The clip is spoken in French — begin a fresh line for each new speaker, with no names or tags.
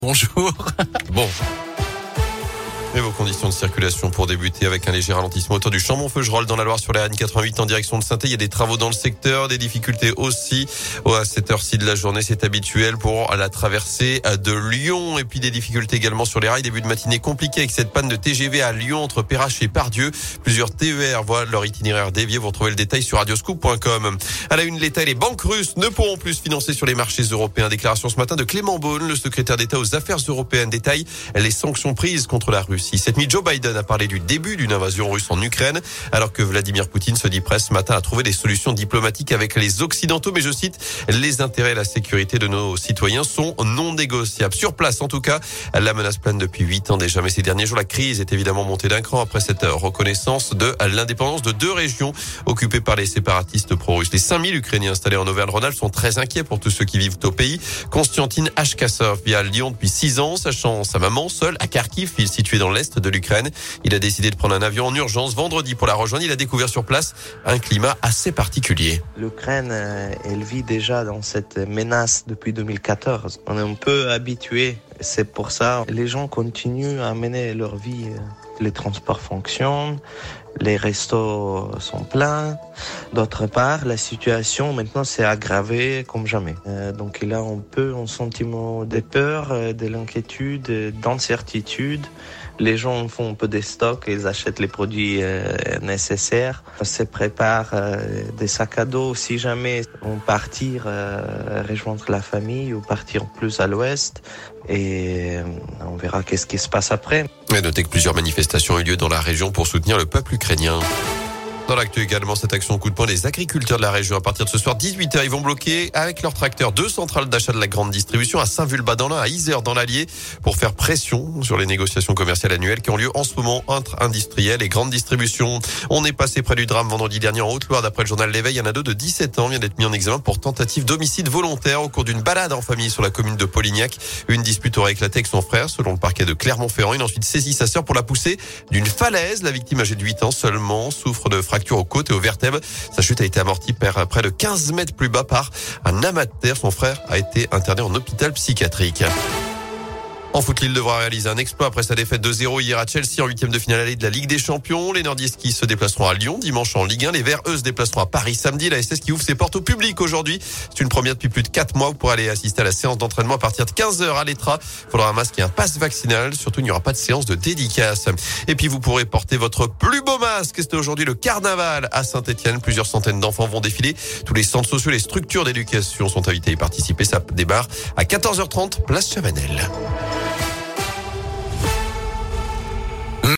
Bonjour.
Bon. Et vos conditions de circulation pour débuter avec un léger ralentissement autour du Chambon-Feugerolles dans la Loire sur la RN88 en direction de Saint-Étienne. Il y a des travaux dans le secteur, des difficultés aussi. À cette heure-ci de la journée, c'est habituel pour la traversée de Lyon. Et puis des difficultés également sur les rails. Début de matinée compliqué avec cette panne de TGV à Lyon entre Perrache et Pardieu. Plusieurs TER voient leur itinéraire dévié. Vous retrouvez le détail sur radioscoop.com. À la une, l'État et les banques russes ne pourront plus se financer sur les marchés européens. Déclaration ce matin de Clément Beaune, le secrétaire d'État aux affaires européennes. Détaille les sanctions prises contre la Russie. Cette nuit, Joe Biden a parlé du début d'une invasion russe en Ukraine, alors que Vladimir Poutine se dit prêt ce matin à trouver des solutions diplomatiques avec les Occidentaux. Mais je cite, les intérêts et la sécurité de nos citoyens sont non négociables. Sur place, en tout cas, la menace plane depuis 8 ans déjà. Mais ces derniers jours, la crise est évidemment montée d'un cran après cette reconnaissance de l'indépendance de 2 régions occupées par les séparatistes pro-russes. Les 5000 Ukrainiens installés en Auvergne-Rhône-Alpes sont très inquiets pour tous ceux qui vivent au pays. Konstantin Hkassov vit à Lyon depuis 6 ans, sachant sa maman seule à Kharkiv, ville située dans l'est de l'Ukraine. Il a décidé de prendre un avion en urgence vendredi pour la rejoindre. Il a découvert sur place un climat assez particulier.
L'Ukraine, elle vit déjà dans cette menace depuis 2014. On est un peu habitué. C'est pour ça que les gens continuent à mener leur vie. Les transports fonctionnent, les restos sont pleins. D'autre part, la situation maintenant s'est aggravée comme jamais. Donc il y a un sentiment de peur, de l'inquiétude, d'incertitude. Les gens font un peu des stocks, ils achètent les produits nécessaires. On se prépare des sacs à dos si jamais on partir rejoindre la famille ou partir plus à l'ouest. Et on verra qu'est-ce qui se passe après.
Et notez que plusieurs manifestations ont eu lieu dans la région pour soutenir le peuple ukrainien. Dans l'actu également, cette action coup de poing des agriculteurs de la région. À partir de ce soir, 18h, ils vont bloquer avec leurs tracteurs 2 centrales d'achat de la grande distribution à Saint-Vulbas dans l'Ain, à Isère dans l'Allier, pour faire pression sur les négociations commerciales annuelles qui ont lieu en ce moment entre industriels et grande distribution. On est passé près du drame vendredi dernier en Haute-Loire. D'après le journal L'Éveil, un ado de 17 ans vient d'être mis en examen pour tentative d'homicide volontaire au cours d'une balade en famille sur la commune de Polignac. Une dispute aurait éclaté avec son frère, selon le parquet de Clermont-Ferrand. Il a ensuite saisi sa sœur pour la pousser d'une falaise. La victime, âgée de 8 ans seulement, souffre de fractures aux côtes et aux vertèbres. Sa chute a été amortie près de 15 mètres plus bas par un amas de terre. Son frère a été interné en hôpital psychiatrique. En foot, Lille devra réaliser un exploit après sa défaite de 0 hier à Chelsea en 8e de finale allée de la Ligue des Champions. Les Nordistes se déplaceront à Lyon dimanche en Ligue 1. Les Verts, eux, se déplaceront à Paris samedi. La SS qui ouvre ses portes au public aujourd'hui. C'est une première depuis plus de 4 mois. Vous pourrez aller assister à la séance d'entraînement à partir de 15h à l'Etra. Il faudra un masque et un pass vaccinal. Surtout, il n'y aura pas de séance de dédicace. Et puis, vous pourrez porter votre plus beau masque. C'était aujourd'hui le carnaval à Saint-Étienne. Plusieurs centaines d'enfants vont défiler. Tous les centres sociaux, les structures d'éducation sont invités à y participer. Ça démarre à 14h30, place Chavanel.